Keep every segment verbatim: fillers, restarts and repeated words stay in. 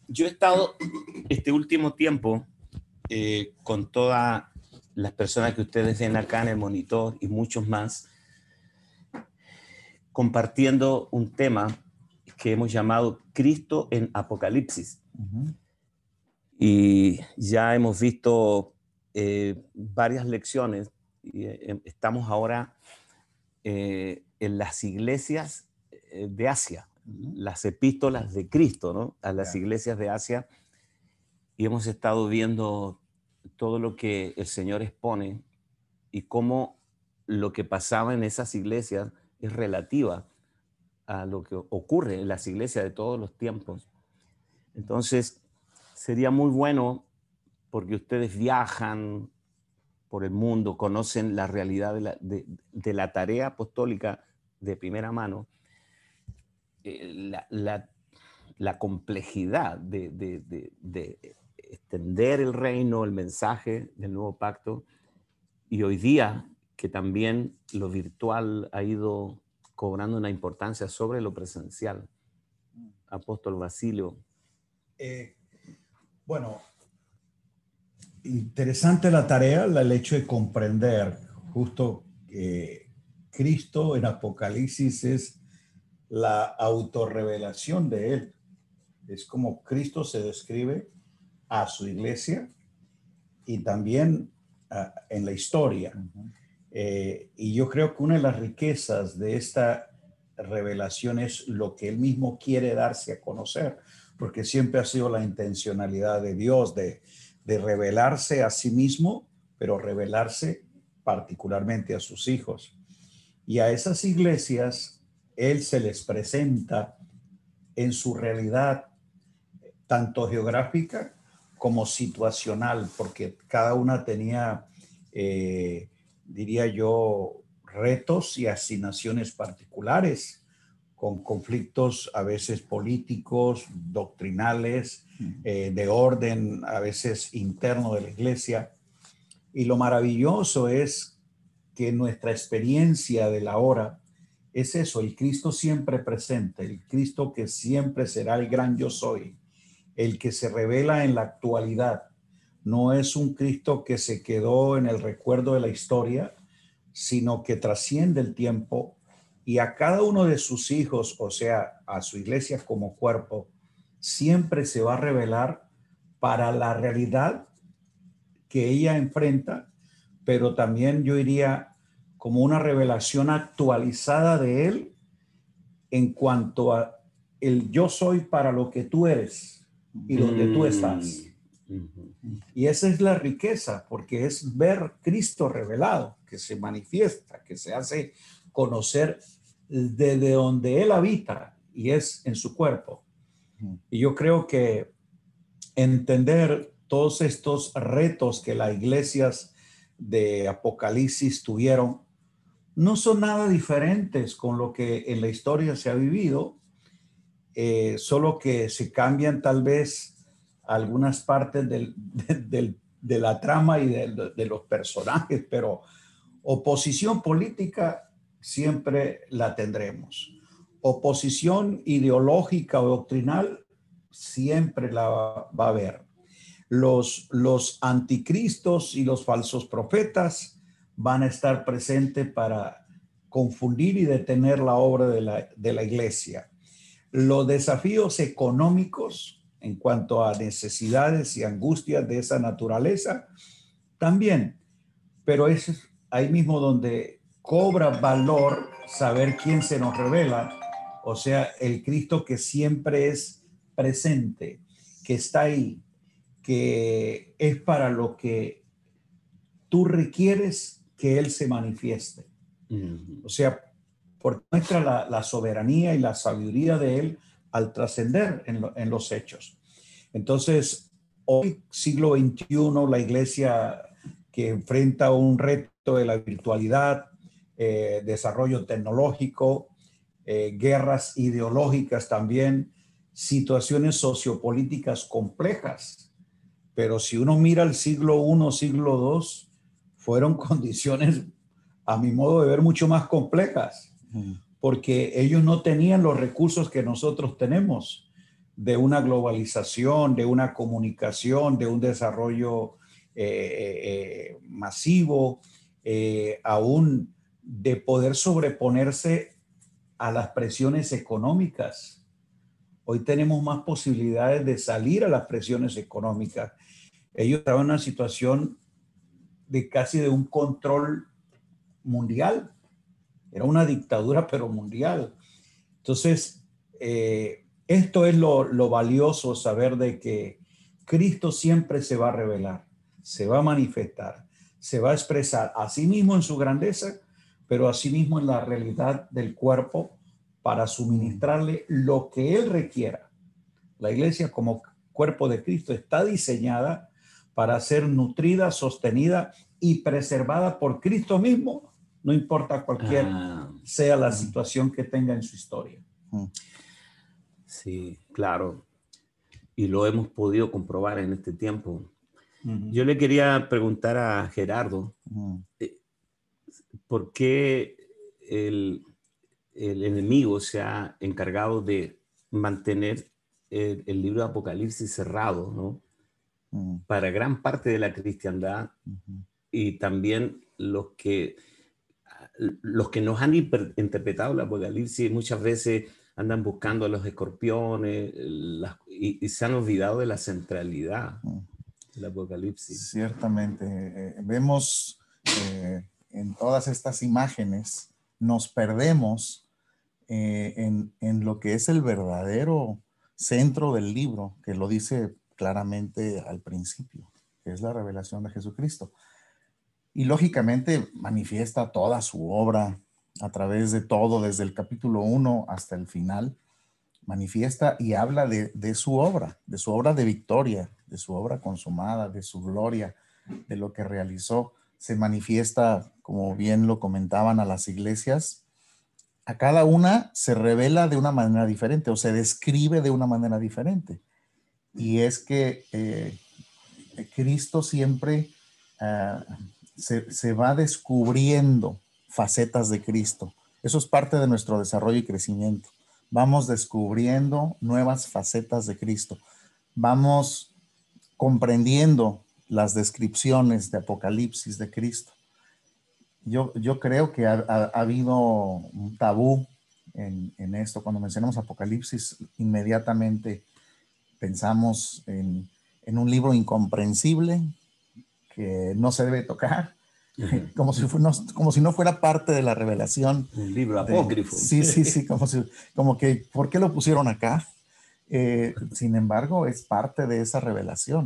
yo he estado este último tiempo eh, con todas las personas que ustedes ven acá en el monitor y muchos más, compartiendo un tema que hemos llamado Cristo en Apocalipsis. Uh-huh. Y ya hemos visto eh, varias lecciones y eh, estamos ahora eh, en las iglesias de Asia, uh-huh. las epístolas de Cristo, ¿no? A las yeah. iglesias de Asia, y hemos estado viendo todo lo que el Señor expone y cómo lo que pasaba en esas iglesias es relativa a lo que ocurre en las iglesias de todos los tiempos. Entonces, sería muy bueno, porque ustedes viajan por el mundo, conocen la realidad de la, de, de la tarea apostólica de primera mano, eh, la, la, la complejidad de, de, de, de extender el reino, el mensaje del nuevo pacto, y hoy día que también lo virtual ha ido cobrando una importancia sobre lo presencial. Apóstol Basilio. Eh, bueno, interesante la tarea, el hecho de comprender justo que Cristo en Apocalipsis es la autorrevelación de Él. Es como Cristo se describe a su iglesia y también uh, en la historia. Uh-huh. eh, y yo creo que una de las riquezas de esta revelación es lo que Él mismo quiere darse a conocer, porque siempre ha sido la intencionalidad de Dios de, de revelarse a sí mismo, pero revelarse particularmente a sus hijos. Y a esas iglesias Él se les presenta en su realidad, tanto geográfica como situacional, porque cada una tenía, eh, diría yo, retos y asignaciones particulares, con conflictos a veces políticos, doctrinales, eh, de orden a veces interno de la iglesia. Y lo maravilloso es que nuestra experiencia de la hora es eso, el Cristo siempre presente, el Cristo que siempre será el gran yo soy, el que se revela en la actualidad. No es un Cristo que se quedó en el recuerdo de la historia, sino que trasciende el tiempo y a cada uno de sus hijos, o sea, a su iglesia como cuerpo, siempre se va a revelar para la realidad que ella enfrenta, pero también yo diría como una revelación actualizada de él en cuanto a el yo soy para lo que tú eres y donde tú estás. Y esa es la riqueza, porque es ver Cristo revelado, que se manifiesta, que se hace conocer desde donde Él habita y es en su cuerpo. Y yo creo que entender todos estos retos que las iglesias de Apocalipsis tuvieron no son nada diferentes con lo que en la historia se ha vivido, eh, solo que se cambian tal vez algunas partes del, de, de, de la trama y de, de los personajes, pero oposición política siempre la tendremos. Oposición ideológica o doctrinal siempre la va, va a haber. Los, los anticristos y los falsos profetas van a estar presentes para confundir y detener la obra de la, de la iglesia. Los desafíos económicos en cuanto a necesidades y angustias de esa naturaleza, también. Pero es ahí mismo donde cobra valor saber quién se nos revela, o sea, el Cristo que siempre es presente, que está ahí, que es para lo que tú requieres que Él se manifieste. Uh-huh. O sea, porque muestra la, la soberanía y la sabiduría de Él al trascender en, lo, en los hechos. Entonces, hoy, siglo veintiuno, la iglesia que enfrenta un reto de la virtualidad, eh, desarrollo tecnológico, eh, guerras ideológicas también, situaciones sociopolíticas complejas. Pero si uno mira el siglo primero, siglo segundo, fueron condiciones, a mi modo de ver, mucho más complejas, porque ellos no tenían los recursos que nosotros tenemos. de una globalización, de una comunicación, de un desarrollo eh, eh, masivo, eh, aún de poder sobreponerse a las presiones económicas. Hoy tenemos más posibilidades de salir a las presiones económicas. Ellos estaban en una situación de casi de un control mundial. Era una dictadura, pero mundial. Entonces, eh, esto es lo, lo valioso, saber de que Cristo siempre se va a revelar, se va a manifestar, se va a expresar a sí mismo en su grandeza, pero a sí mismo en la realidad del cuerpo para suministrarle lo que Él requiera. La iglesia como cuerpo de Cristo está diseñada para ser nutrida, sostenida y preservada por Cristo mismo, no importa cualquier Ah, sea la situación que tenga en su historia. sí, claro. Y lo hemos podido comprobar en este tiempo. Uh-huh. Yo le quería preguntar a Gerardo, uh-huh. eh, ¿por qué el, el enemigo se ha encargado de mantener el, el libro de Apocalipsis cerrado, ¿no? Uh-huh. Para gran parte de la cristiandad, uh-huh. Y también los que, los que nos han interpretado el Apocalipsis muchas veces andan buscando a los escorpiones las, y, y se han olvidado de la centralidad del Apocalipsis. Ciertamente, eh, vemos eh, en todas estas imágenes, nos perdemos eh, en, en lo que es el verdadero centro del libro, que lo dice claramente al principio, que es la revelación de Jesucristo. Y lógicamente manifiesta toda su obra a través de todo, desde el capítulo uno hasta el final, manifiesta y habla de, de su obra, de su obra de victoria, de su obra consumada, de su gloria, de lo que realizó. Se manifiesta, como bien lo comentaban, a las iglesias. A cada una se revela de una manera diferente o se describe de una manera diferente. Y es que eh, Cristo siempre uh, se, se va descubriendo facetas de Cristo. Eso es parte de nuestro desarrollo y crecimiento. Vamos descubriendo nuevas facetas de Cristo. Vamos comprendiendo las descripciones de Apocalipsis de Cristo. Yo, yo creo que ha, ha, ha habido un tabú en, en esto. Cuando mencionamos Apocalipsis, inmediatamente pensamos en, en un libro incomprensible que no se debe tocar. Como si, no, como si no fuera parte de la revelación. Un libro apócrifo. De, sí, sí, sí, como, si, como que, ¿por qué lo pusieron acá? Eh, sin embargo, es parte de esa revelación.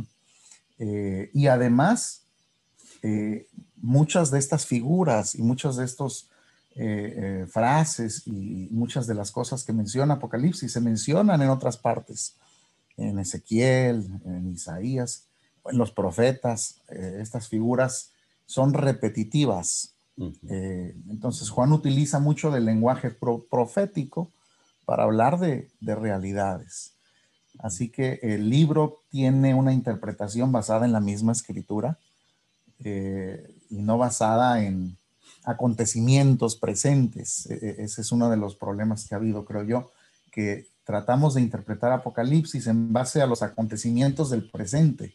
Eh, y además, eh, muchas de estas figuras y muchas de estas eh, eh, frases y muchas de las cosas que menciona Apocalipsis se mencionan en otras partes, en Ezequiel, en Isaías, en los profetas. Eh, estas figuras son repetitivas. Uh-huh. Eh, entonces Juan utiliza mucho del lenguaje pro profético para hablar de, de realidades. Así que el libro tiene una interpretación basada en la misma escritura eh, y no basada en acontecimientos presentes. Eh, ese es uno de los problemas que ha habido, creo yo, que tratamos de interpretar Apocalipsis en base a los acontecimientos del presente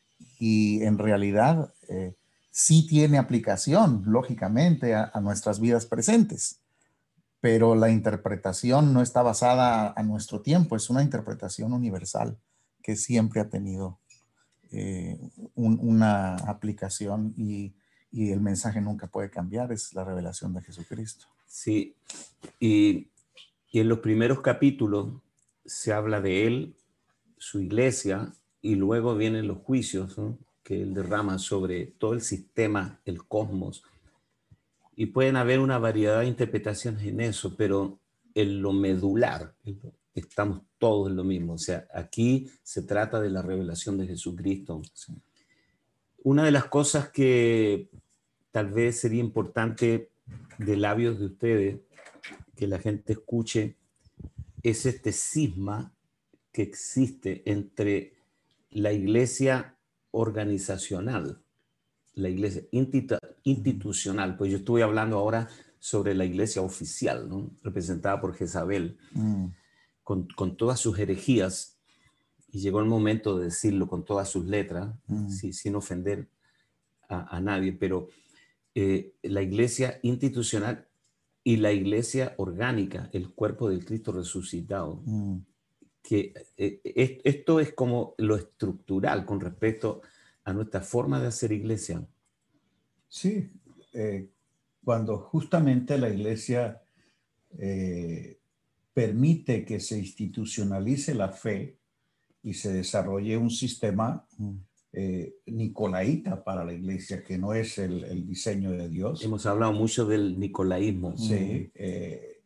y en realidad eh, sí tiene aplicación, lógicamente, a, a nuestras vidas presentes, pero la interpretación no está basada a nuestro tiempo, es una interpretación universal que siempre ha tenido eh, un, una aplicación y, y el mensaje nunca puede cambiar, es la revelación de Jesucristo. Sí, y, y en los primeros capítulos se habla de él, su iglesia, y luego vienen los juicios, ¿no?, que él derrama sobre todo el sistema, el cosmos. Y pueden haber una variedad de interpretaciones en eso, pero en lo medular estamos todos en lo mismo. O sea, aquí se trata de la revelación de Jesucristo. Sí. Una de las cosas que tal vez sería importante de labios de ustedes que la gente escuche es este cisma que existe entre la iglesia organizacional, la iglesia institu institucional, pues yo estuve hablando ahora sobre la iglesia oficial, ¿no?, representada por Jezabel, mm. con, con todas sus herejías, y llegó el momento de decirlo con todas sus letras, Mm. sí, sin ofender a, a nadie, pero eh, la iglesia institucional y la iglesia orgánica, el cuerpo del Cristo resucitado, Mm. que eh, es- esto es como lo estructural con respecto a nuestra forma de hacer iglesia. Sí, eh, cuando justamente la iglesia eh, permite que se institucionalice la fe y se desarrolle un sistema Mm. eh, nicolaíta para la iglesia, que no es el, el diseño de Dios. Hemos hablado mucho del nicolaísmo. Sí, eh,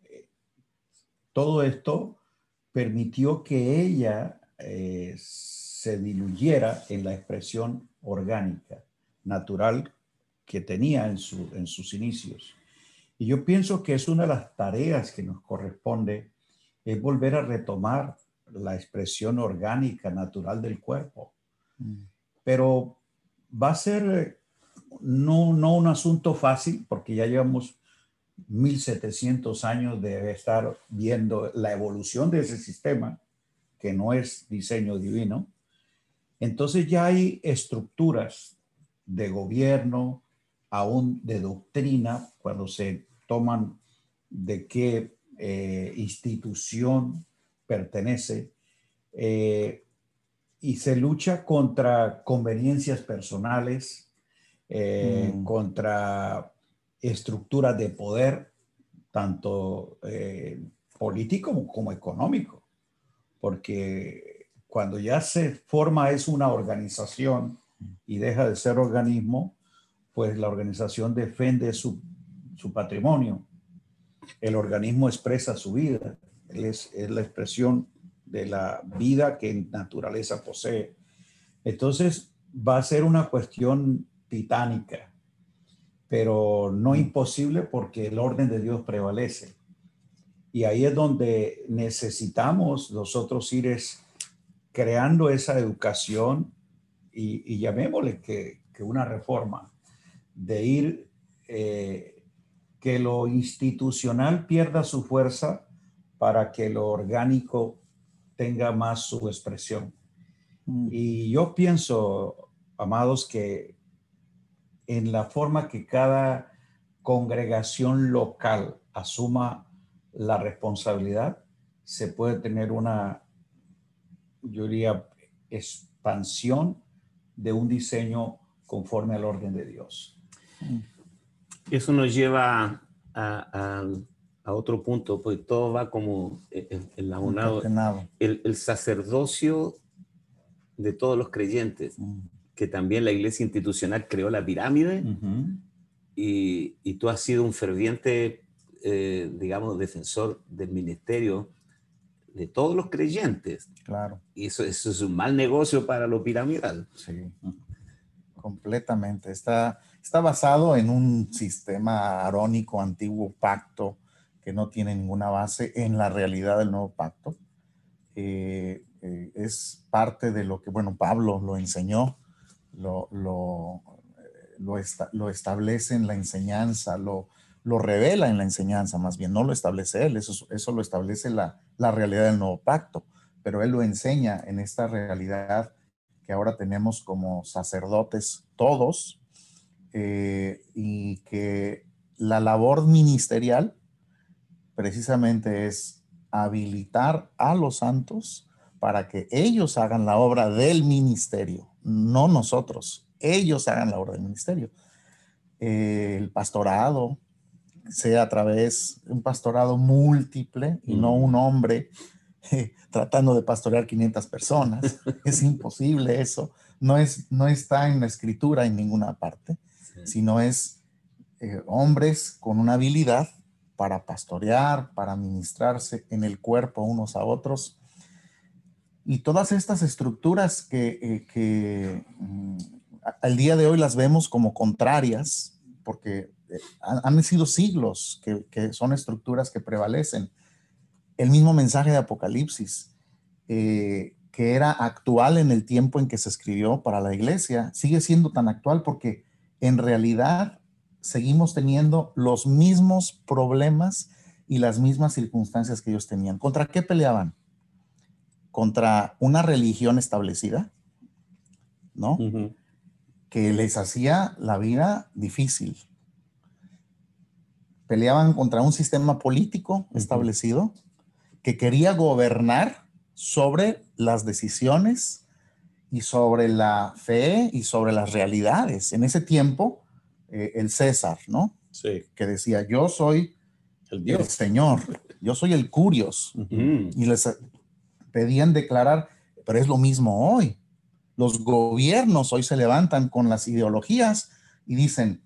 todo esto permitió que ella eh, se diluyera en la expresión orgánica, natural que tenía en, su, en sus inicios. Y yo pienso que es una de las tareas que nos corresponde, es volver a retomar la expresión orgánica, natural del cuerpo. Mm. Pero va a ser no, no un asunto fácil, porque ya llevamos mil setecientos años de estar viendo la evolución de ese sistema, que no es diseño divino. Entonces ya hay estructuras de gobierno, aún de doctrina, cuando se toman de qué eh, institución pertenece, eh, y se lucha contra conveniencias personales, eh, Mm. contra estructuras de poder, tanto eh, político como, como económico, porque cuando ya se forma es una organización y deja de ser organismo, pues la organización defiende su, su patrimonio. El organismo expresa su vida, es, es la expresión de la vida que naturaleza posee. Entonces va a ser una cuestión titánica, pero no imposible porque el orden de Dios prevalece. Y ahí es donde necesitamos nosotros ir es creando esa educación y, y llamémosle que, que una reforma, de ir eh, que lo institucional pierda su fuerza para que lo orgánico tenga más su expresión. Mm. Y yo pienso, amados, que en la forma que cada congregación local asuma la responsabilidad, se puede tener una, yo diría, expansión de un diseño conforme al orden de Dios. Eso nos lleva a, a, a otro punto, pues todo va como enlazado. Concatenado. El, el sacerdocio de todos los creyentes, Mm. que también la iglesia institucional creó la pirámide, Uh-huh. y, y tú has sido un ferviente, eh, digamos, defensor del ministerio de todos los creyentes. Claro. Y eso, eso es un mal negocio para lo piramidal. Sí, completamente. Está, está basado en un sistema arónico, antiguo pacto, que no tiene ninguna base en la realidad del nuevo pacto. Eh, eh, es parte de lo que, bueno, Pablo lo enseñó, lo, lo, lo, esta, lo establece en la enseñanza, lo, lo revela en la enseñanza, más bien, no lo establece él, eso, eso lo establece la, la realidad del nuevo pacto, pero él lo enseña en esta realidad que ahora tenemos como sacerdotes todos, eh, y que la labor ministerial precisamente es habilitar a los santos para que ellos hagan la obra del ministerio, no nosotros, ellos hagan la obra del ministerio. Eh, el pastorado sea a través de un pastorado múltiple y mm. no un hombre eh, tratando de pastorear quinientas personas. Es imposible eso. No, es, no está en la escritura en ninguna parte, sí. sino es eh, hombres con una habilidad para pastorear, para ministrarse en el cuerpo unos a otros. Y todas estas estructuras que, eh, que mm, al día de hoy las vemos como contrarias, porque eh, han, han sido siglos que, que son estructuras que prevalecen. El mismo mensaje de Apocalipsis, eh, que era actual en el tiempo en que se escribió para la iglesia, sigue siendo tan actual porque en realidad seguimos teniendo los mismos problemas y las mismas circunstancias que ellos tenían. ¿Contra qué peleaban? contra una religión establecida, ¿no? Ujú. Que les hacía la vida difícil. Peleaban contra un sistema político Ujú. establecido que quería gobernar sobre las decisiones y sobre la fe y sobre las realidades. En ese tiempo, eh, el César, ¿no? Sí, Que decía, yo soy el el Dios. Señor, yo soy el Curios. Mm. Y les pedían declarar, pero es lo mismo hoy. Los gobiernos hoy se levantan con las ideologías y dicen,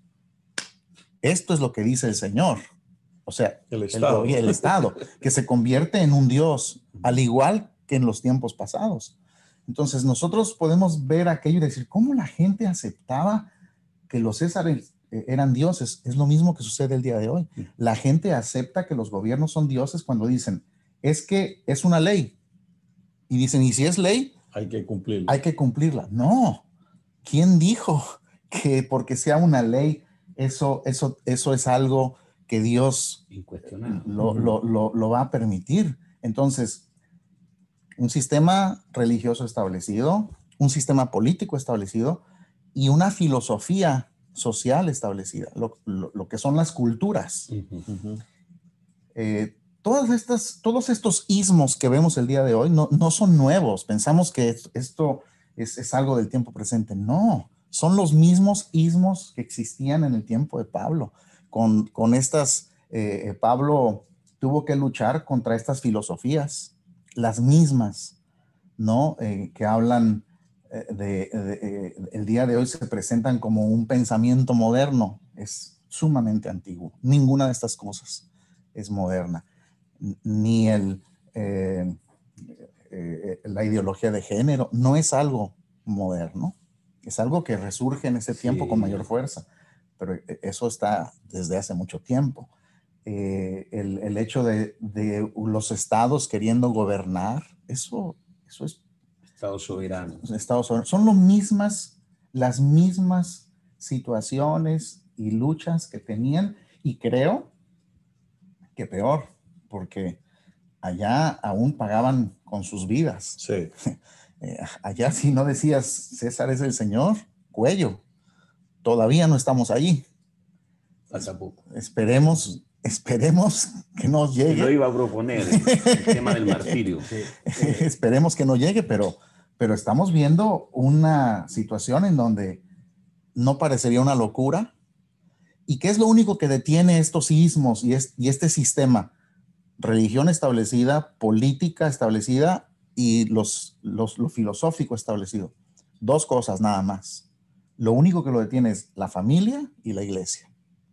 esto es lo que dice el Señor. O sea, El el, Estado. gobi- el Estado, que se convierte en un Dios, al igual que en los tiempos pasados. Entonces, nosotros podemos ver aquello y decir, ¿cómo la gente aceptaba que los Césares eh, eran dioses? Es lo mismo que sucede el día de hoy. La gente acepta que los gobiernos son dioses cuando dicen, es que es una ley. Y dicen, ¿y si es ley? Hay que cumplirlo. Hay que cumplirla. No. ¿Quién dijo que porque sea una ley, eso, eso, eso es algo que Dios Incuestionable. lo, lo, lo, lo va a permitir? Entonces, un sistema religioso establecido, un sistema político establecido y una filosofía social establecida, lo, lo, lo que son las culturas. Ujú. Ujú. Eh, todas estas, todos estos ismos que vemos el día de hoy no, no son nuevos. Pensamos que esto es, es algo del tiempo presente. No, son los mismos ismos que existían en el tiempo de Pablo. Con, con estas, eh, Pablo tuvo que luchar contra estas filosofías, las mismas, ¿no? Eh, que hablan eh, de, de eh, el día de hoy se presentan como un pensamiento moderno. Es sumamente antiguo. Ninguna de estas cosas es moderna. Ni el, eh, eh, la ideología de género no es algo moderno. Es algo que resurge en ese tiempo Sí. con mayor fuerza. Pero eso está desde hace mucho tiempo. Eh, el, el hecho de, de los estados queriendo gobernar, eso, eso es Estado soberano. Estados Unidos. Son lo mismas, las mismas situaciones y luchas que tenían, y creo que peor, porque allá aún pagaban con sus vidas. Sí. Eh, allá si no decías César es el Señor, cuello. Todavía no estamos allí. Falta poco. Esperemos, esperemos que nos Te lo llegue. iba a proponer, el tema del martirio. Esperemos que no llegue, pero, pero estamos viendo una situación en donde no parecería una locura. ¿Y qué es lo único que detiene estos ismos y, es, y este sistema? Religión establecida, política establecida y los, los, lo filosófico establecido. Dos cosas nada más. Lo único que lo detiene es la familia y la iglesia.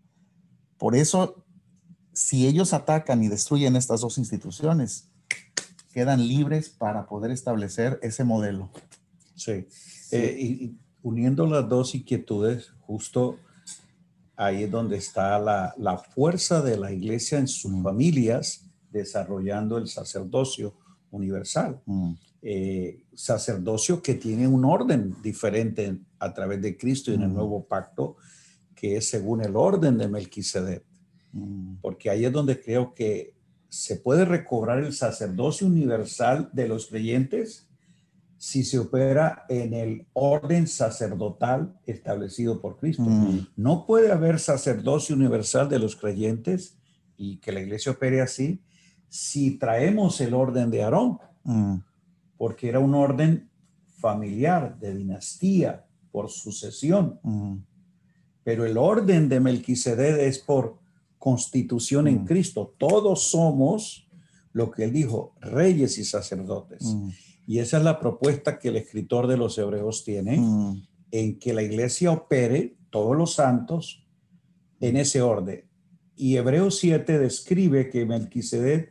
Por eso, si ellos atacan y destruyen estas dos instituciones, quedan libres para poder establecer ese modelo. Sí. Eh, y, y uniendo las dos inquietudes, justo ahí es donde está la, la fuerza de la iglesia en sus Mm. familias, desarrollando el sacerdocio universal. Mm. Eh, sacerdocio que tiene un orden diferente a través de Cristo y en el Mm. nuevo pacto, que es según el orden de Melquisedec. Mm. Porque ahí es donde creo que se puede recobrar el sacerdocio universal de los creyentes si se opera en el orden sacerdotal establecido por Cristo. Mm. No puede haber sacerdocio universal de los creyentes y que la iglesia opere así si traemos el orden de Aarón, Mm. porque era un orden familiar, de dinastía, por sucesión. Mm. Pero el orden de Melquisedec es por constitución en Mm. Cristo. Todos somos, lo que él dijo, reyes y sacerdotes. Mm. Y esa es la propuesta que el escritor de los Hebreos tiene, Mm. en que la iglesia opere, todos los santos, en ese orden. Y Hebreos siete describe que Melquisedec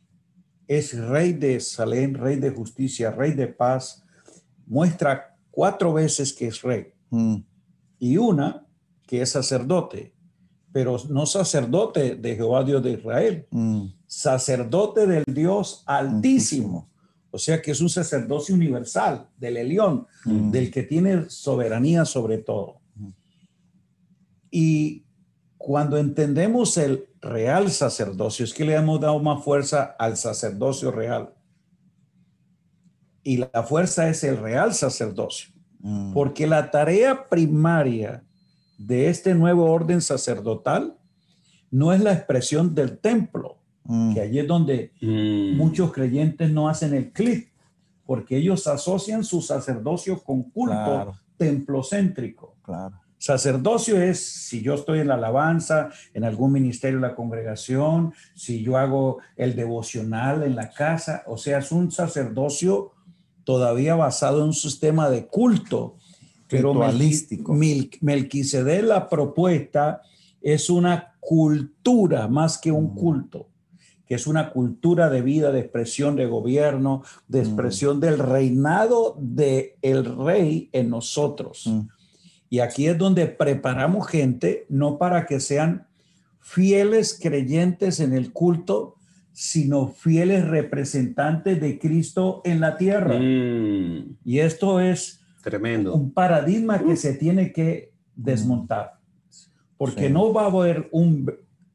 es rey de Salem, rey de justicia, rey de paz. Muestra cuatro veces que es rey. Mm. Y una que es sacerdote, pero no sacerdote de Jehová Dios de Israel, Mm. sacerdote del Dios Altísimo. O sea que es un sacerdocio universal, del Elión, Mm. del que tiene soberanía sobre todo. Y cuando entendemos el real sacerdocio, es que le hemos dado más fuerza al sacerdocio real. y la fuerza es el real sacerdocio. Mm. Porque la tarea primaria de este nuevo orden sacerdotal no es la expresión del templo, Mm. que allí es donde Mm. muchos creyentes no hacen el clic, porque ellos asocian su sacerdocio con culto Claro. templocéntrico. Claro. Sacerdocio es si yo estoy en la alabanza, en algún ministerio de la congregación, si yo hago el devocional en la casa, o sea, es un sacerdocio todavía basado en un sistema de culto. Pero Ritualístico. Melqui- Melquisedec, la propuesta es una cultura más que un Mm. culto, que es una cultura de vida, de expresión de gobierno, de expresión mm. del reinado del rey en nosotros. Mm. Y aquí es donde preparamos gente, no para que sean fieles creyentes en el culto, sino fieles representantes de Cristo en la tierra. Mm. Y esto es Tremendo. un paradigma que se tiene que desmontar. Porque Sí. no va a haber un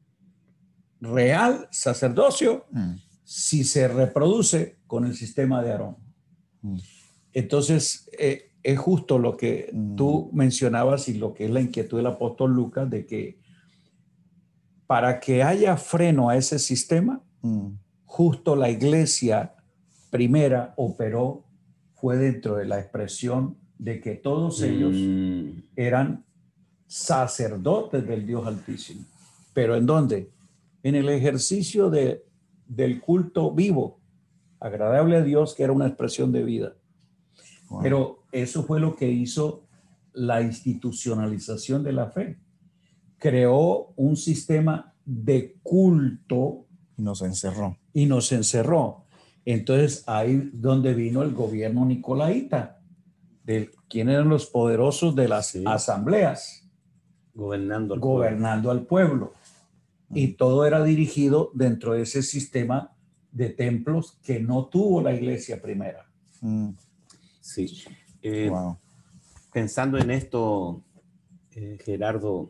real sacerdocio Mm. si se reproduce con el sistema de Aarón. Mm. Entonces, eh, es justo lo que Mm. tú mencionabas y lo que es la inquietud del apóstol Lucas, de que para que haya freno a ese sistema, Mm. justo la iglesia primera operó, fue dentro de la expresión de que todos ellos Mm. eran sacerdotes del Dios Altísimo. ¿Pero en dónde? En el ejercicio de, del culto vivo, agradable a Dios, que era una expresión de vida. Wow. Pero eso fue lo que hizo la institucionalización de la fe. Creó un sistema de culto Y nos encerró. y nos encerró. Entonces ahí donde vino el gobierno nicolaíta, de quién eran los poderosos de las Sí. asambleas, Gobernando al gobernando pueblo. al pueblo. Mm. Y todo era dirigido dentro de ese sistema de templos que no tuvo la iglesia primera. Mm. Sí. Eh, Wow. Pensando en esto, eh, Gerardo,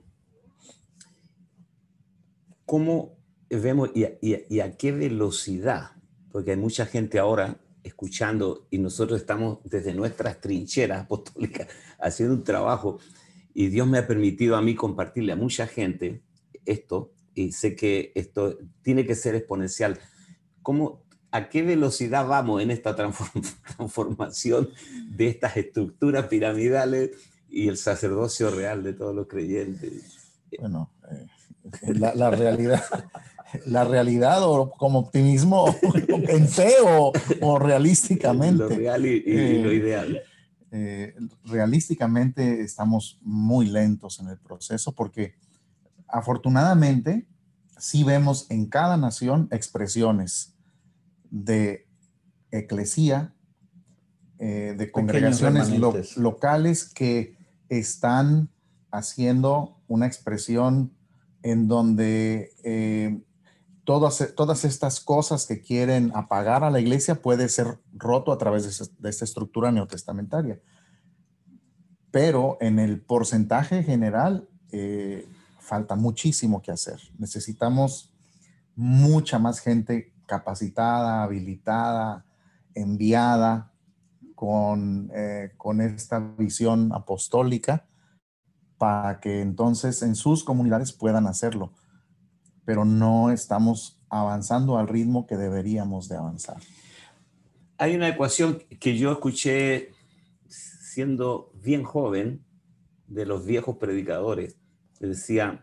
¿cómo vemos y a, y, a, y a qué velocidad? Porque hay mucha gente ahora escuchando y nosotros estamos desde nuestras trincheras apostólicas haciendo un trabajo y Dios me ha permitido a mí compartirle a mucha gente esto y sé que esto tiene que ser exponencial. ¿Cómo, a qué velocidad vamos en esta transform transformación de estas estructuras piramidales y el sacerdocio real de todos los creyentes? Bueno, eh, la, la realidad, la realidad o como optimismo en fe o, o realísticamente. Lo real y, y, eh, y lo ideal. Eh, realísticamente estamos muy lentos en el proceso porque afortunadamente sí vemos en cada nación expresiones de eclesía, eh, de congregaciones lo, locales que están haciendo una expresión en donde eh, todas, todas estas cosas que quieren apagar a la iglesia puede ser roto a través de, esa, de esta estructura neotestamentaria. Pero en el porcentaje general eh, falta muchísimo que hacer. Necesitamos mucha más gente capacitada, habilitada, enviada con, eh, con esta visión apostólica para que entonces en sus comunidades puedan hacerlo. Pero no estamos avanzando al ritmo que deberíamos de avanzar. Hay una ecuación que yo escuché siendo bien joven de los viejos predicadores. Decía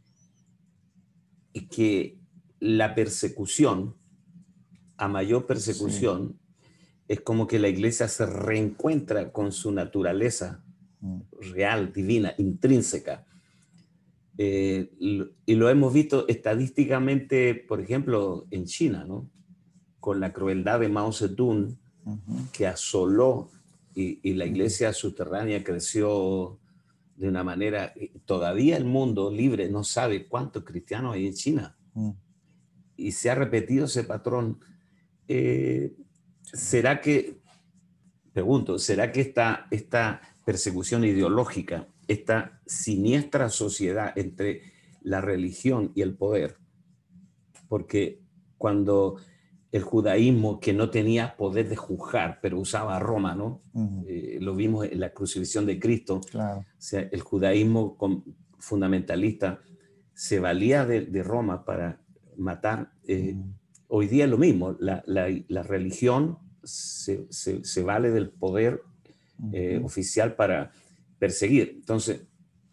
que la persecución, a mayor persecución, sí. es como que la iglesia se reencuentra con su naturaleza mm. real, divina, intrínseca. Eh, y lo hemos visto estadísticamente, por ejemplo, en China, ¿no? Con la crueldad de Mao Zedong, uh-huh. que asoló y, y la iglesia uh-huh. subterránea creció de una manera... Todavía el mundo libre no sabe cuántos cristianos hay en China. Uh-huh. Y se ha repetido ese patrón. Eh, ¿Será que, pregunto, será que esta, esta persecución ideológica, esta siniestra sociedad entre la religión y el poder, porque cuando el judaísmo que no tenía poder de juzgar, pero usaba a Roma, ¿no? Uh-huh. Eh, lo vimos en la crucifixión de Cristo. Claro. O sea, el judaísmo con, fundamentalista se valía de, de Roma para matar. Eh, uh-huh. Hoy día es lo mismo, la, la, la religión se, se, se vale del poder eh, uh-huh. oficial para perseguir. Entonces,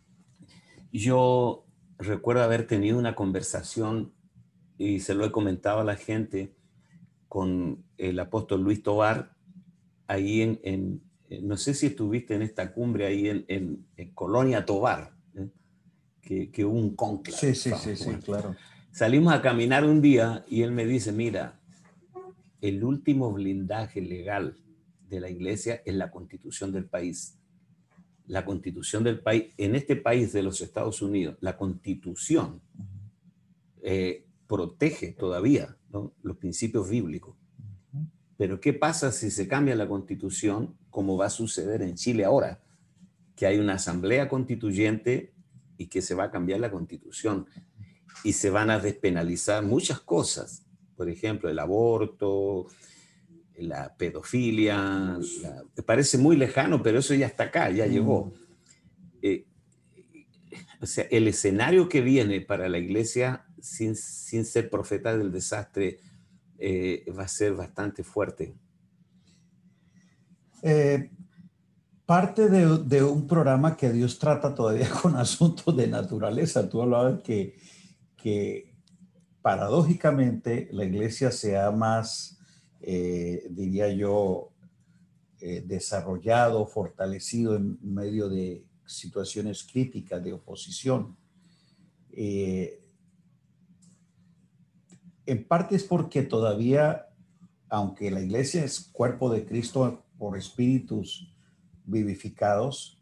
yo recuerdo haber tenido una conversación, y se lo he comentado a la gente, con el apóstol Luis Tovar, ahí en, en, en no sé si estuviste en esta cumbre ahí en, en, en Colonia Tovar, ¿eh? que, que hubo un conclave. Sí, sí, sí, sí, bueno, claro. Salimos a caminar un día y él me dice, mira, el último blindaje legal de la iglesia es la constitución del país. La constitución del país, en este país de los Estados Unidos, la constitución eh, protege todavía, ¿no?, los principios bíblicos. Pero ¿qué pasa si se cambia la constitución, como va a suceder en Chile ahora? Que hay una asamblea constituyente y que se va a cambiar la constitución y se van a despenalizar muchas cosas. Por ejemplo, el aborto, la pedofilia. La, me parece muy lejano, pero eso ya está acá, ya llegó. Eh, o sea, el escenario que viene para la iglesia, sin, sin ser profeta del desastre, eh, va a ser bastante fuerte. Eh, parte de, de un programa que Dios trata todavía con asuntos de naturaleza. Tú hablabas que, que paradójicamente la iglesia sea más, eh, diría yo, eh, desarrollado, fortalecido en medio de situaciones críticas de oposición. Eh, en parte es porque todavía, aunque la iglesia es cuerpo de Cristo por espíritus vivificados,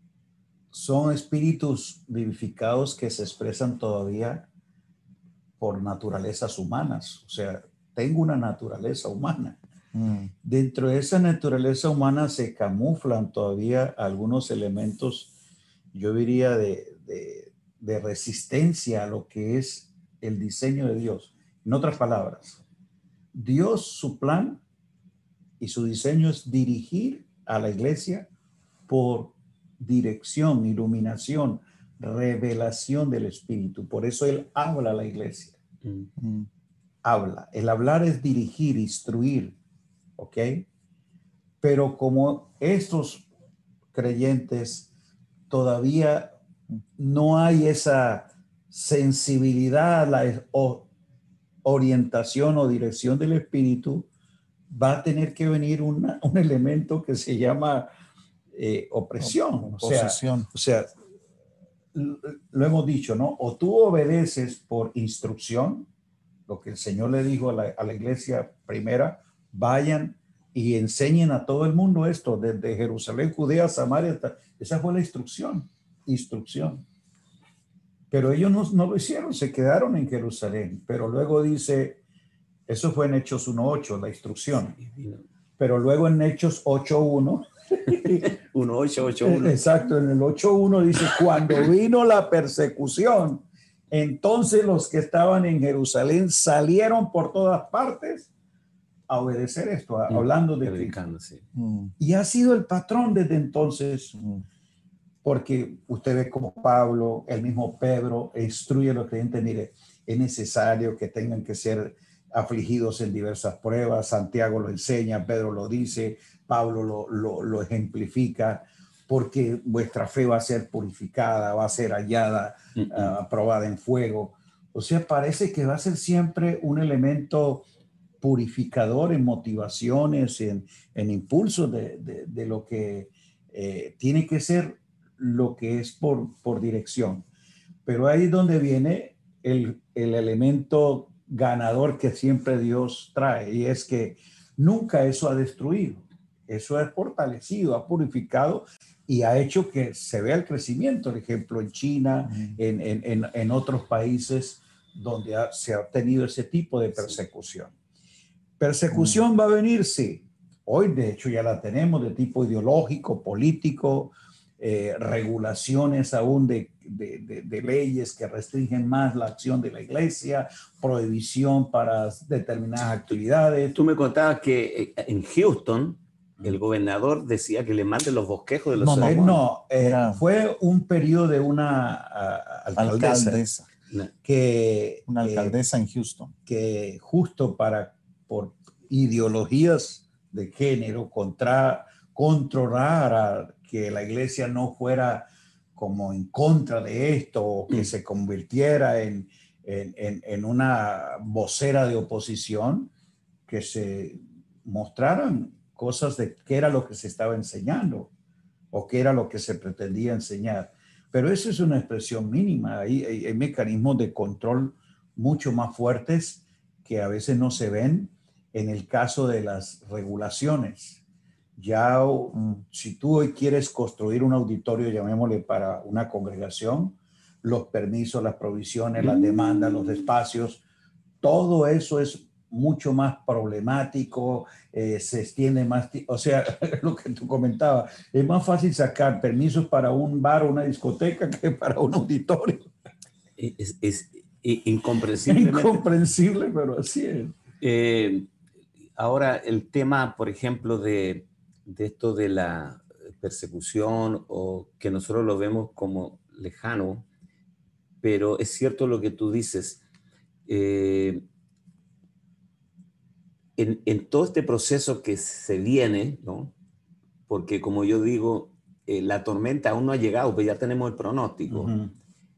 son espíritus vivificados que se expresan todavía por naturalezas humanas. O sea, tengo una naturaleza humana. Mm. Dentro de esa naturaleza humana se camuflan todavía algunos elementos, yo diría, de, de, de resistencia a lo que es el diseño de Dios. En otras palabras, Dios, su plan y su diseño es dirigir a la iglesia por dirección, iluminación, revelación del Espíritu. Por eso Él habla a la iglesia. Mm. Habla. El hablar es dirigir, instruir, ¿ok? Pero como estos creyentes todavía no hay esa sensibilidad a la orientación o dirección del Espíritu, va a tener que venir una, un elemento que se llama eh, opresión. O sea, o sea, lo hemos dicho, ¿no? O tú obedeces por instrucción, lo que el Señor le dijo a la, a la iglesia primera, vayan y enseñen a todo el mundo esto, desde Jerusalén, Judea, Samaria, hasta, esa fue la instrucción, instrucción. Pero ellos no, no lo hicieron, se quedaron en Jerusalén. Pero luego dice, eso fue en Hechos uno ocho, la instrucción. Pero luego en Hechos ocho uno, uno ocho ocho uno. Exacto, en el ocho uno dice, cuando vino la persecución, entonces los que estaban en Jerusalén salieron por todas partes a obedecer esto, a, mm, hablando de Cristo. Sí. Mm. Y ha sido el patrón desde entonces, mm. porque usted ve como Pablo, el mismo Pedro, instruye a los creyentes, mire, es necesario que tengan que ser afligidos en diversas pruebas. Santiago lo enseña, Pedro lo dice, Pablo lo, lo, lo ejemplifica, porque vuestra fe va a ser purificada, va a ser hallada, uh, uh, probada en fuego. O sea, parece que va a ser siempre un elemento purificador en motivaciones, en, en impulsos de, de, de lo que eh, tiene que ser lo que es por, por dirección. Pero ahí es donde viene el, el elemento ganador que siempre Dios trae, y es que nunca eso ha destruido, eso ha fortalecido, ha purificado y ha hecho que se vea el crecimiento, por ejemplo, en China, uh-huh. en, en, en, en otros países donde ha, se ha tenido ese tipo de persecución. Persecución uh-huh. va a venir, sí. Hoy, de hecho, ya la tenemos de tipo ideológico, político, eh, regulaciones aún de, de, de, de leyes que restringen más la acción de la iglesia, prohibición para determinadas actividades. Tú me contabas que en Houston el gobernador decía que le manden los bosquejos de los No, no, sermones. no eh, fue un periodo de una uh, alcaldesa, alcaldesa. Que, una alcaldesa eh, en Houston. Que justo para, por ideologías de género, contra, controlar a que la iglesia no fuera como en contra de esto, o que mm. se convirtiera en, en, en, en una vocera de oposición, que se mostraran cosas de qué era lo que se estaba enseñando o qué era lo que se pretendía enseñar. Pero eso es una expresión mínima. Hay, hay, hay mecanismos de control mucho más fuertes que a veces no se ven en el caso de las regulaciones. Ya mm. si tú hoy quieres construir un auditorio, llamémosle para una congregación, los permisos, las provisiones, mm. las demandas, los espacios, todo eso es mucho más problemático, eh, se extiende más, o sea, lo que tú comentabas, es más fácil sacar permisos para un bar o una discoteca que para un auditorio. Es, es, es incomprensible. Incomprensible, pero así es. Eh, ahora, el tema, por ejemplo, de, de esto de la persecución, o que nosotros lo vemos como lejano, pero es cierto lo que tú dices. Eh, En, en todo este proceso que se viene, ¿no? Porque como yo digo, eh, la tormenta aún no ha llegado, pero ya tenemos el pronóstico. Uh-huh.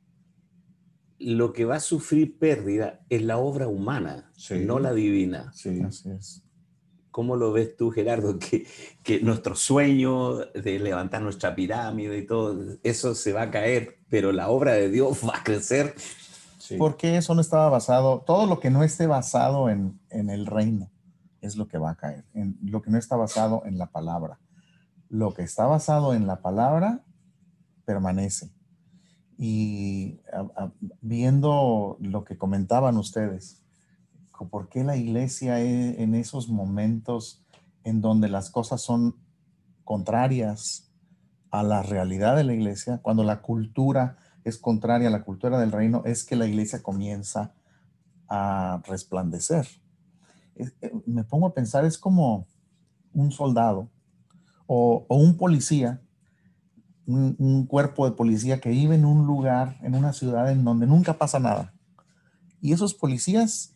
Lo que va a sufrir pérdida es la obra humana, sí. no la divina. Sí, así es. ¿Cómo lo ves tú, Gerardo? Que, que nuestro sueño de levantar nuestra pirámide y todo, eso se va a caer, pero la obra de Dios va a crecer. Sí. Porque eso no estaba basado, todo lo que no esté basado en, en el reino es lo que va a caer, en lo que no está basado en la palabra. Lo que está basado en la palabra permanece. Y a, a, viendo lo que comentaban ustedes, ¿por qué la iglesia es, en esos momentos en donde las cosas son contrarias a la realidad de la iglesia, cuando la cultura es contraria a la cultura del reino, es que la iglesia comienza a resplandecer? Me pongo a pensar, es como un soldado o, o un policía, un, un cuerpo de policía que vive en un lugar, en una ciudad en donde nunca pasa nada. Y esos policías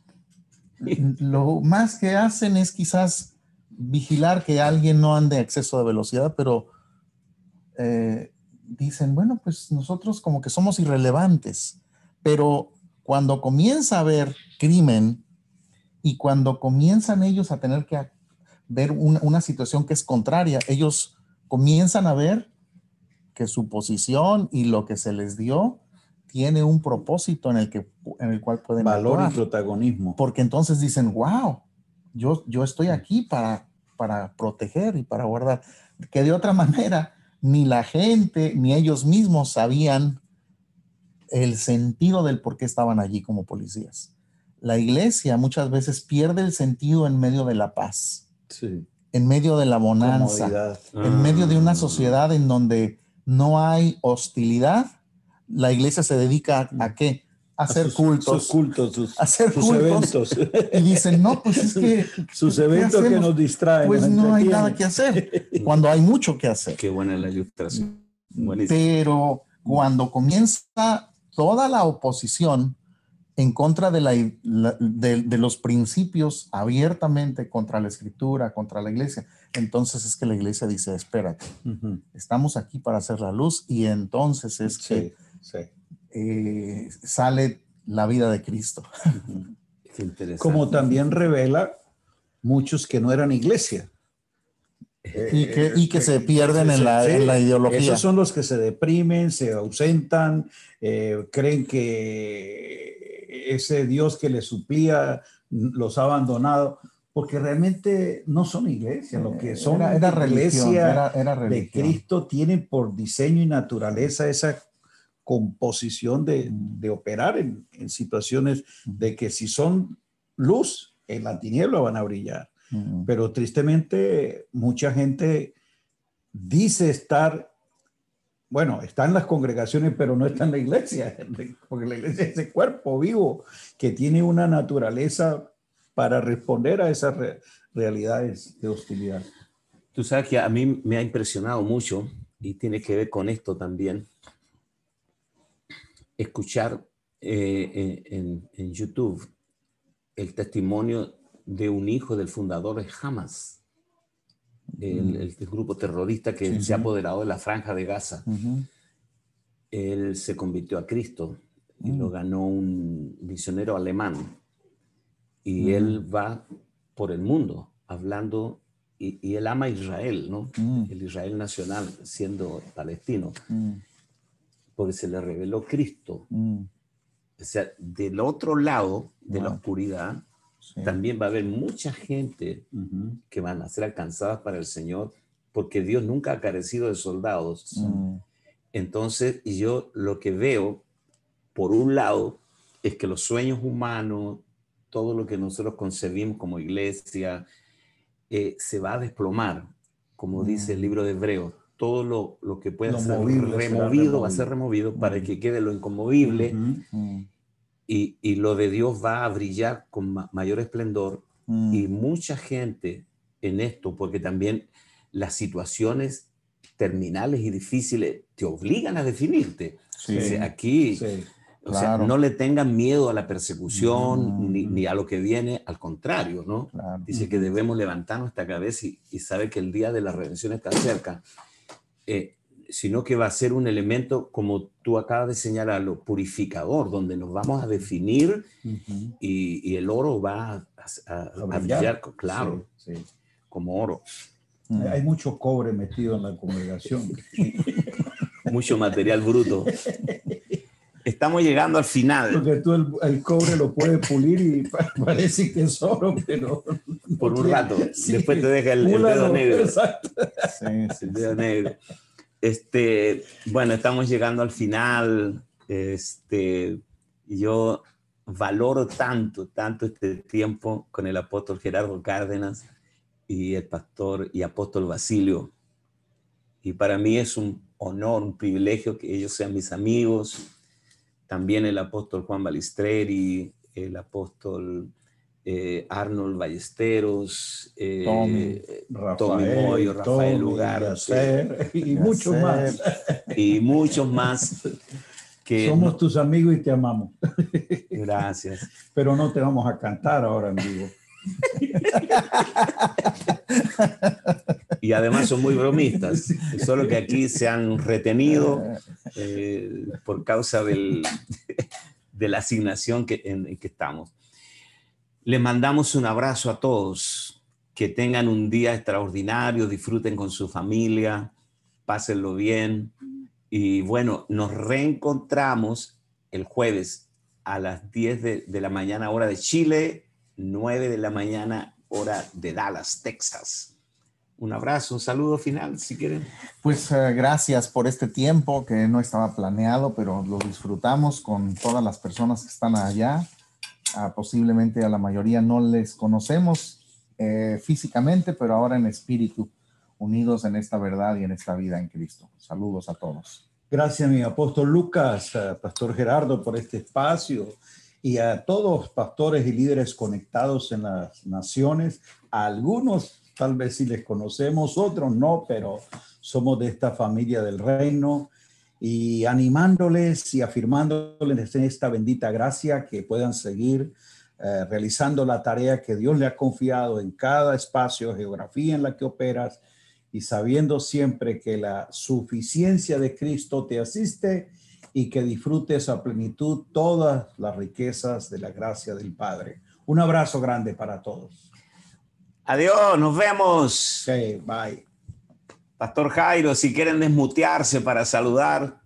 lo más que hacen es quizás vigilar que alguien no ande a exceso de velocidad, pero eh, dicen, bueno, pues nosotros como que somos irrelevantes. Pero cuando comienza a haber crimen, y cuando comienzan ellos a tener que ver una, una situación que es contraria, ellos comienzan a ver que su posición y lo que se les dio tiene un propósito en el, que, en el cual pueden valor actuar. Y protagonismo. Porque entonces dicen, wow, yo, yo estoy aquí para, para proteger y para guardar. Que de otra manera, ni la gente ni ellos mismos sabían el sentido del por qué estaban allí como policías. La iglesia muchas veces pierde el sentido en medio de la paz, sí. en medio de la bonanza, ah. en medio de una sociedad en donde no hay hostilidad. La iglesia se dedica a, ¿a qué? A hacer sus, cultos, sus cultos, sus, a hacer sus cultos. eventos. Y dicen, no, pues es que sus eventos que nos distraen. Pues nos no hay nada que hacer, cuando hay mucho que hacer. Qué buena la ilustración. Buenísimo. Pero cuando comienza toda la oposición en contra de, la, de, de los principios abiertamente contra la escritura, contra la iglesia, entonces es que la iglesia dice, espérate, uh-huh. estamos aquí para hacer la luz, y entonces es sí, que sí. Eh, sale la vida de Cristo. Uh-huh. Qué interesante. Como también revela muchos que no eran iglesia. Y que, y que eh, se pierden eh, en, la, sí, en la ideología. Esos son los que se deprimen, se ausentan, eh, creen que ese Dios que les suplía los ha abandonado, porque realmente no son iglesia. Lo que son era, era religión, iglesia era, era religión. de Cristo tienen por diseño y naturaleza esa composición de, de operar en, en situaciones de que si son luz, en la tiniebla van a brillar. Uh-huh. Pero tristemente mucha gente dice estar bueno, está en las congregaciones, pero no está en la iglesia, porque la iglesia es ese cuerpo vivo que tiene una naturaleza para responder a esas re realidades de hostilidad. Tú sabes que a mí me ha impresionado mucho, y tiene que ver con esto también, escuchar eh, en, en YouTube el testimonio de un hijo del fundador de Hamas, el, el, el grupo terrorista que sí, se ha apoderado de la Franja de Gaza. Uh-huh. Él se convirtió a Cristo y uh-huh. lo ganó un misionero alemán. Y uh-huh. él va por el mundo hablando, y, y él ama a Israel, ¿no? Uh-huh. El Israel nacional, siendo palestino, uh-huh. porque se le reveló Cristo. Uh-huh. O sea, del otro lado de wow. la oscuridad, sí. también va a haber mucha gente uh-huh. que van a ser alcanzadas para el Señor, porque Dios nunca ha carecido de soldados. Uh-huh. Entonces, yo lo que veo, por un lado, es que los sueños humanos, todo lo que nosotros concebimos como iglesia, eh, se va a desplomar, como uh-huh. dice el libro de Hebreos. Todo lo, lo que pueda lo ser removido, removido va a ser removido uh-huh. para que quede lo inconmovible. Uh-huh. Uh-huh. Y, y lo de Dios va a brillar con ma mayor esplendor. Mm. Y mucha gente en esto, porque también las situaciones terminales y difíciles te obligan a definirte. Sí. O sea, aquí, sí. o claro. sea, no le tengan miedo a la persecución mm. ni, ni a lo que viene, al contrario, ¿no? Claro. Dice que debemos levantar nuestra cabeza y, y saber que el día de la redención está cerca. Eh, sino que va a ser un elemento, como tú acabas de señalarlo, purificador, donde nos vamos a definir uh-huh. y, y el oro va a, a, a, a brillar, claro, sí, sí. como oro. Uh-huh. Hay mucho cobre metido en la congregación. Mucho material bruto. Estamos llegando al final. Porque tú el, el cobre lo puedes pulir y parece que es oro, pero... Por un rato, sí. después te deja el, el dedo negro. Exacto. Sí, sí, el dedo negro. Este, bueno, estamos llegando al final. Este, yo valoro tanto, tanto este tiempo con el apóstol Gerardo Cárdenas y el pastor y apóstol Basilio. Y para mí es un honor, un privilegio que ellos sean mis amigos. También el apóstol Juan Balistreri, el apóstol eh, Arnold Ballesteros, eh, Tommy, Rafael, Tommy Moyo, Rafael Tommy, Lugar, Yacer, y Yacer. muchos más. Y muchos más. Que somos no, tus amigos y te amamos. Gracias. Pero no te vamos a cantar ahora en vivo. Y además son muy bromistas, solo que aquí se han retenido eh, por causa del, de la asignación que, en, en que estamos. Les mandamos un abrazo a todos, que tengan un día extraordinario, disfruten con su familia, pásenlo bien y bueno, nos reencontramos el jueves a las diez de, de la mañana hora de Chile, nueve de la mañana hora de Dallas, Texas. Un abrazo, un saludo final, si quieren. Pues uh, gracias por este tiempo que no estaba planeado, pero lo disfrutamos con todas las personas que están allá. Uh, posiblemente a la mayoría no les conocemos eh, físicamente, pero ahora en espíritu, unidos en esta verdad y en esta vida en Cristo. Saludos a todos. Gracias, mi apóstol Lucas, uh, pastor Gerardo, por este espacio. Y a todos pastores y líderes conectados en las naciones, a algunos tal vez sí les conocemos, otros no, pero somos de esta familia del reino y animándoles y afirmándoles en esta bendita gracia que puedan seguir eh, realizando la tarea que Dios le ha confiado en cada espacio, geografía en la que operas y sabiendo siempre que la suficiencia de Cristo te asiste y que disfrutes a plenitud todas las riquezas de la gracia del Padre. Un abrazo grande para todos. Adiós, nos vemos. Okay, bye. Pastor Jairo, si quieren desmutearse para saludar.